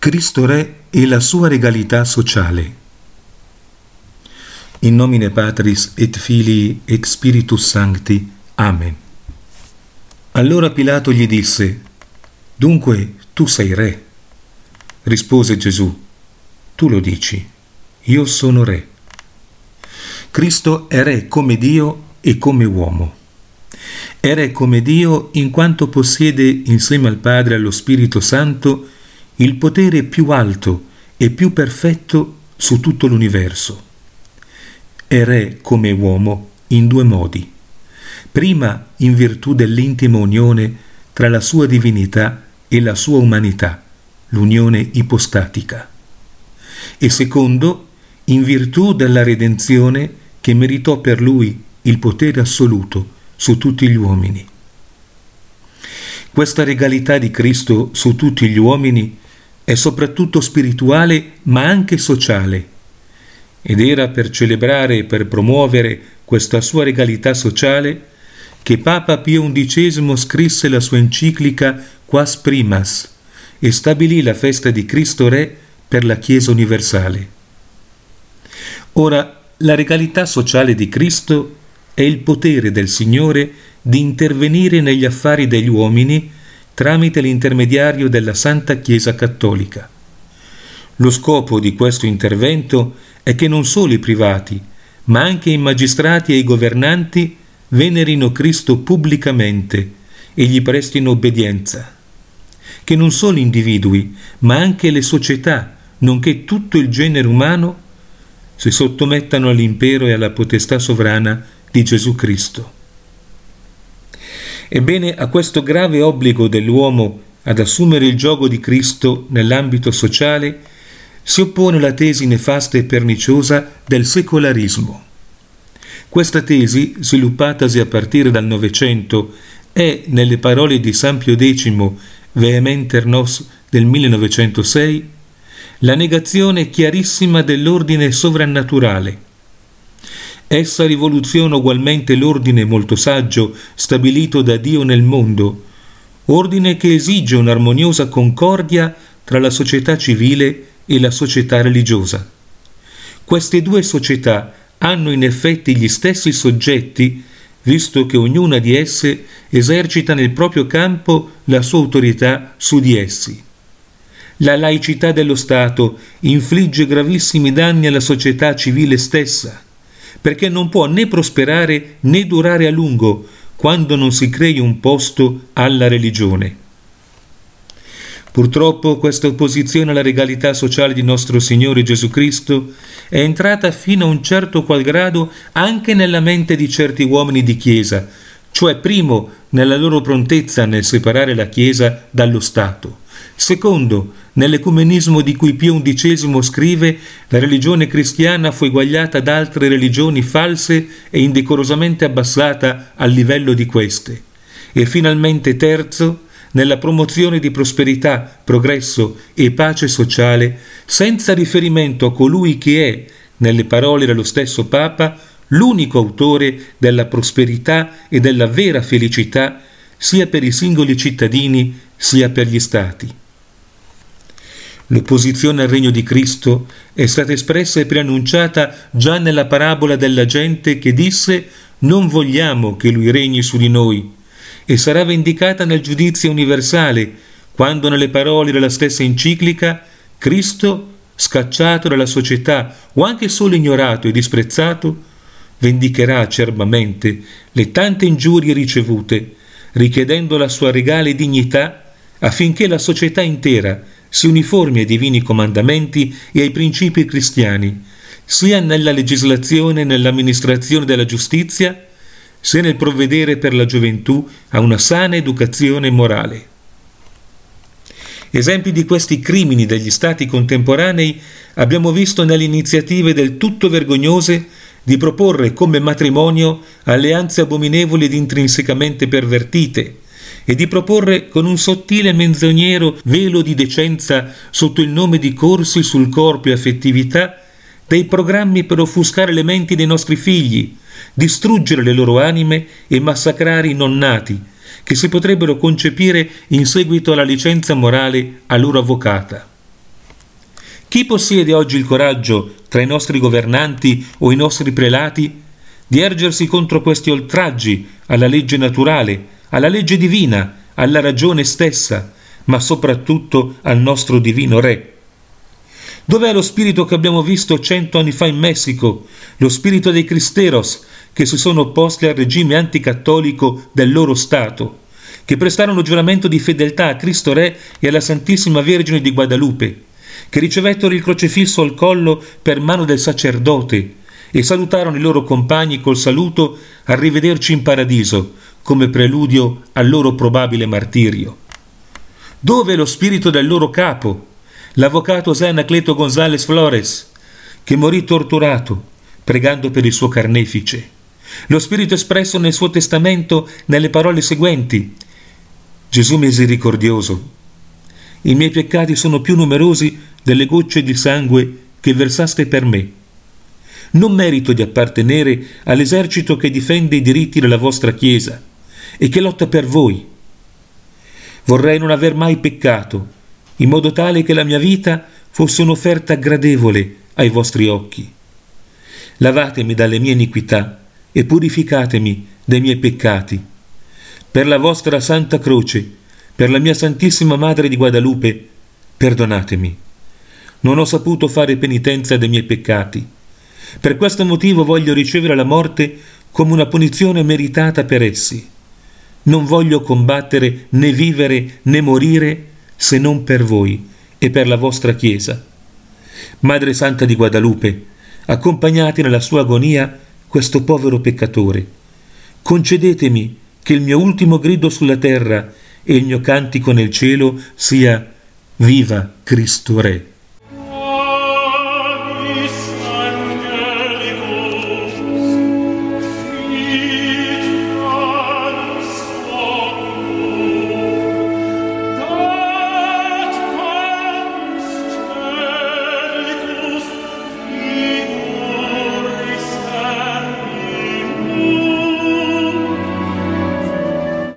Cristo Re e la sua regalità sociale. In nomine Patris et Filii et Spiritus Sancti. Amen. Allora Pilato gli disse: «Dunque tu sei re?» Rispose Gesù: «Tu lo dici, io sono re». Cristo è re come Dio e come uomo. È re come Dio in quanto possiede insieme al Padre e allo Spirito Santo il potere più alto e più perfetto su tutto l'universo. È re come uomo in due modi. Prima in virtù dell'intima unione tra la sua divinità e la sua umanità, l'unione ipostatica. E secondo in virtù della redenzione che meritò per lui il potere assoluto su tutti gli uomini. Questa regalità di Cristo su tutti gli uomini è soprattutto spirituale ma anche sociale, ed era per celebrare e per promuovere questa sua regalità sociale che Papa Pio XI scrisse la sua enciclica Quas Primas e stabilì la festa di Cristo Re per la Chiesa universale. Ora, la regalità sociale di Cristo è il potere del Signore di intervenire negli affari degli uomini tramite l'intermediario della Santa Chiesa Cattolica. Lo scopo di questo intervento è che non solo i privati, ma anche i magistrati e i governanti venerino Cristo pubblicamente e gli prestino obbedienza. Che non solo individui, ma anche le società, nonché tutto il genere umano, si sottomettano all'impero e alla potestà sovrana di Gesù Cristo. Ebbene, a questo grave obbligo dell'uomo ad assumere il giogo di Cristo nell'ambito sociale si oppone la tesi nefasta e perniciosa del secolarismo. Questa tesi, sviluppatasi a partire dal Novecento, è, nelle parole di San Pio X, Vehementer Nos del 1906, la negazione chiarissima dell'ordine sovrannaturale. Essa rivoluziona ugualmente l'ordine molto saggio stabilito da Dio nel mondo, ordine che esige un'armoniosa concordia tra la società civile e la società religiosa. Queste due società hanno in effetti gli stessi soggetti, visto che ognuna di esse esercita nel proprio campo la sua autorità su di essi. La laicità dello Stato infligge gravissimi danni alla società civile stessa, perché non può né prosperare né durare a lungo quando non si crei un posto alla religione. Purtroppo questa opposizione alla regalità sociale di nostro Signore Gesù Cristo è entrata fino a un certo qual grado anche nella mente di certi uomini di Chiesa, cioè primo nella loro prontezza nel separare la Chiesa dallo Stato, secondo nell'ecumenismo di cui Pio XI scrive: la religione cristiana fu eguagliata ad altre religioni false e indecorosamente abbassata al livello di queste, e finalmente terzo nella promozione di prosperità, progresso e pace sociale, senza riferimento a colui che è, nelle parole dello stesso Papa, l'unico autore della prosperità e della vera felicità sia per i singoli cittadini sia per gli stati. L'opposizione al regno di Cristo è stata espressa e preannunciata già nella parabola della gente che disse: «Non vogliamo che lui regni su di noi», e sarà vendicata nel giudizio universale, quando nelle parole della stessa enciclica Cristo, scacciato dalla società o anche solo ignorato e disprezzato, vendicherà acerbamente le tante ingiurie ricevute, richiedendo la sua regale dignità affinché la società intera si uniformi ai divini comandamenti e ai principi cristiani, sia nella legislazione e nell'amministrazione della giustizia, sia nel provvedere per la gioventù a una sana educazione morale. Esempi di questi crimini degli stati contemporanei abbiamo visto nelle iniziative del tutto vergognose di proporre come matrimonio alleanze abominevoli ed intrinsecamente pervertite, e di proporre con un sottile menzognero velo di decenza sotto il nome di corsi sul corpo e affettività dei programmi per offuscare le menti dei nostri figli, distruggere le loro anime e massacrare i non nati, che si potrebbero concepire in seguito alla licenza morale a loro avvocata. Chi possiede oggi il coraggio, tra i nostri governanti o i nostri prelati, di ergersi contro questi oltraggi alla legge naturale, alla legge divina, alla ragione stessa, ma soprattutto al nostro divino Re? Dov'è lo spirito che abbiamo visto 100 anni fa in Messico, lo spirito dei Cristeros, che si sono opposti al regime anticattolico del loro Stato, che prestarono giuramento di fedeltà a Cristo Re e alla Santissima Vergine di Guadalupe, che ricevettero il crocifisso al collo per mano del sacerdote e salutarono i loro compagni col saluto "Arrivederci in paradiso", come preludio al loro probabile martirio? Dove è lo spirito del loro capo, l'avvocato José Anacleto González Flores, che morì torturato, pregando per il suo carnefice? Lo spirito espresso nel suo testamento nelle parole seguenti: Gesù misericordioso, i miei peccati sono più numerosi delle gocce di sangue che versaste per me. Non merito di appartenere all'esercito che difende i diritti della vostra Chiesa e che lotta per voi. Vorrei non aver mai peccato, in modo tale che la mia vita fosse un'offerta gradevole ai vostri occhi. Lavatemi dalle mie iniquità e purificatemi dai miei peccati. Per la vostra Santa Croce, per la mia Santissima Madre di Guadalupe, perdonatemi. Non ho saputo fare penitenza dei miei peccati. Per questo motivo voglio ricevere la morte come una punizione meritata per essi. Non voglio combattere, né vivere, né morire, se non per voi e per la vostra Chiesa. Madre Santa di Guadalupe, accompagnate nella sua agonia questo povero peccatore. Concedetemi che il mio ultimo grido sulla terra e il mio cantico nel cielo sia: Viva Cristo Re!